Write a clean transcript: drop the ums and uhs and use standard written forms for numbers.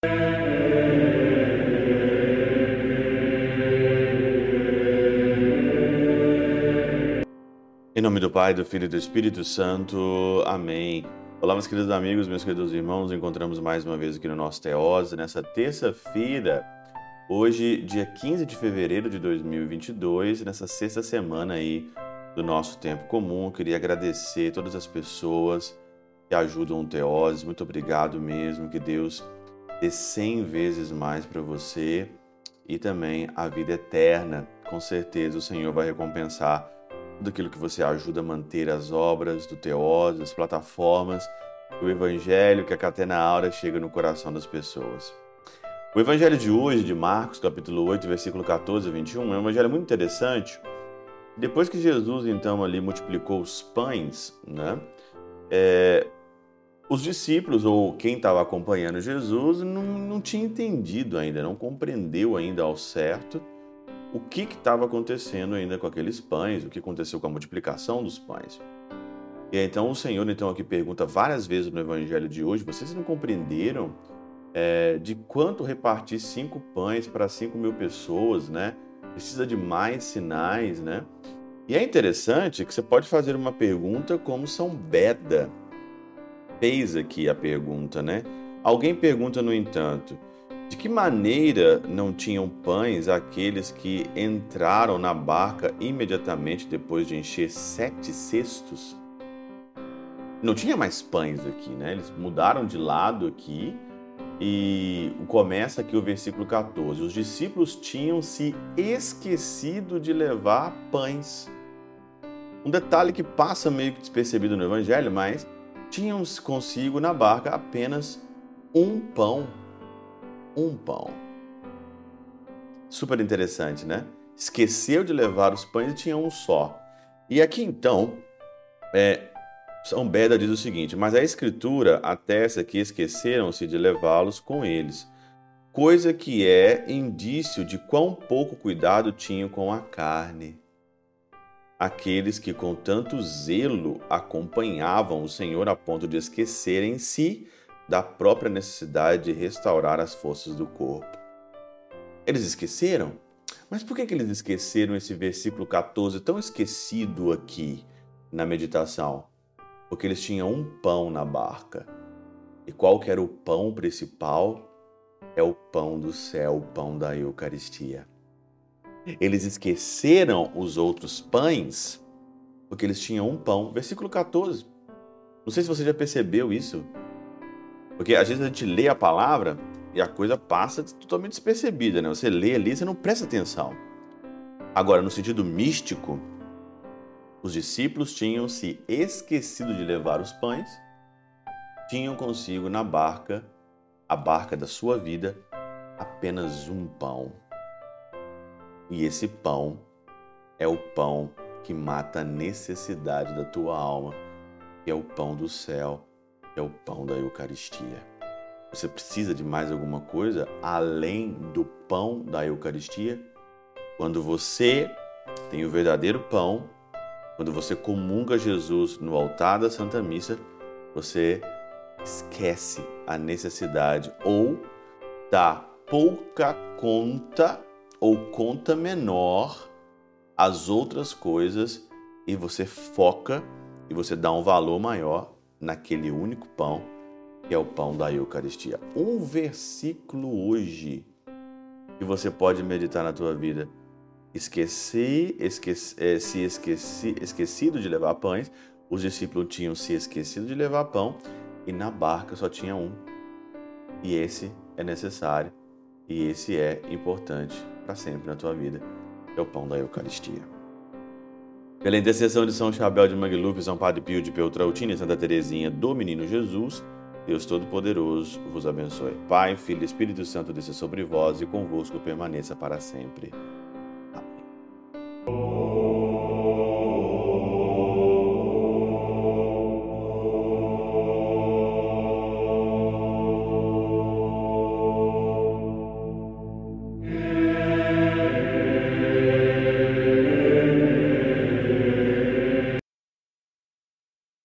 Em nome do Pai, do Filho e do Espírito Santo. Amém. Olá, meus queridos amigos, meus queridos irmãos. Nos encontramos mais uma vez aqui no nosso Teose, nessa terça-feira, hoje, dia 15 de fevereiro de 2022, nessa sexta semana aí do nosso tempo comum. Eu queria agradecer todas as pessoas que ajudam o Teose. Muito obrigado mesmo. Que Deus dê 100 vezes mais para você e também a vida eterna. Com certeza o Senhor vai recompensar tudo aquilo que você ajuda a manter as obras do Teose, as plataformas, o Evangelho, que a Catena Áurea chega no coração das pessoas. O Evangelho de hoje, de Marcos, capítulo 8, versículo 14 a 21, é um evangelho muito interessante. Depois que Jesus, então, ali multiplicou os pães, né? Os discípulos, ou quem estava acompanhando Jesus, não tinha entendido ainda, não compreendeu ainda ao certo o que estava acontecendo ainda com aqueles pães, o que aconteceu com a multiplicação dos pães. E então o Senhor então aqui pergunta várias vezes no Evangelho de hoje: vocês não compreenderam de quanto repartir 5 pães para 5.000 pessoas, né? Precisa de mais sinais, né? E é interessante que você pode fazer uma pergunta como São Beda fez aqui a pergunta, né? Alguém pergunta, no entanto: de que maneira não tinham pães aqueles que entraram na barca imediatamente depois de encher 7 cestos? Não tinha mais pães aqui, né? Eles mudaram de lado aqui e começa aqui o versículo 14. Os discípulos tinham se esquecido de levar pães. Um detalhe que passa meio que despercebido no Evangelho, mas tinham consigo na barca apenas um pão. Um pão. Super interessante, né? Esqueceu de levar os pães e tinha um só. E aqui então, São Beda diz o seguinte: mas a Escritura atesta que esqueceram-se de levá-los com eles, coisa que é indício de quão pouco cuidado tinham com a carne. Aqueles que com tanto zelo acompanhavam o Senhor a ponto de esquecerem-se da própria necessidade de restaurar as forças do corpo. Eles esqueceram? Mas por que eles esqueceram esse versículo 14 tão esquecido aqui na meditação? Porque eles tinham um pão na barca. E qual que era o pão principal? É o pão do céu, o pão da Eucaristia. Eles esqueceram os outros pães porque eles tinham um pão. Versículo 14. Não sei se você já percebeu isso. Porque às vezes a gente lê a palavra e a coisa passa totalmente despercebida, né? Você lê ali e você não presta atenção. Agora, no sentido místico, os discípulos tinham se esquecido de levar os pães, tinham consigo na barca, a barca da sua vida, apenas um pão. E esse pão é o pão que mata a necessidade da tua alma, que é o pão do céu, é o pão da Eucaristia. Você precisa de mais alguma coisa além do pão da Eucaristia? Quando você tem o verdadeiro pão, quando você comunga Jesus no altar da Santa Missa, você esquece a necessidade ou dá pouca conta ou conta menor às outras coisas e você foca e você dá um valor maior naquele único pão, que é o pão da Eucaristia. Um versículo hoje que você pode meditar na tua vida. Esquecido de levar pães. Os discípulos tinham se esquecido de levar pão e na barca só tinha um. E esse é necessário e esse é importante para sempre na tua vida. É o pão da Eucaristia. Pela intercessão de São Chabel de Mangluf, São Padre Pio de Peltrautina e Santa Teresinha do Menino Jesus, Deus Todo-Poderoso vos abençoe. Pai, Filho e Espírito Santo, desça sobre vós e convosco permaneça para sempre.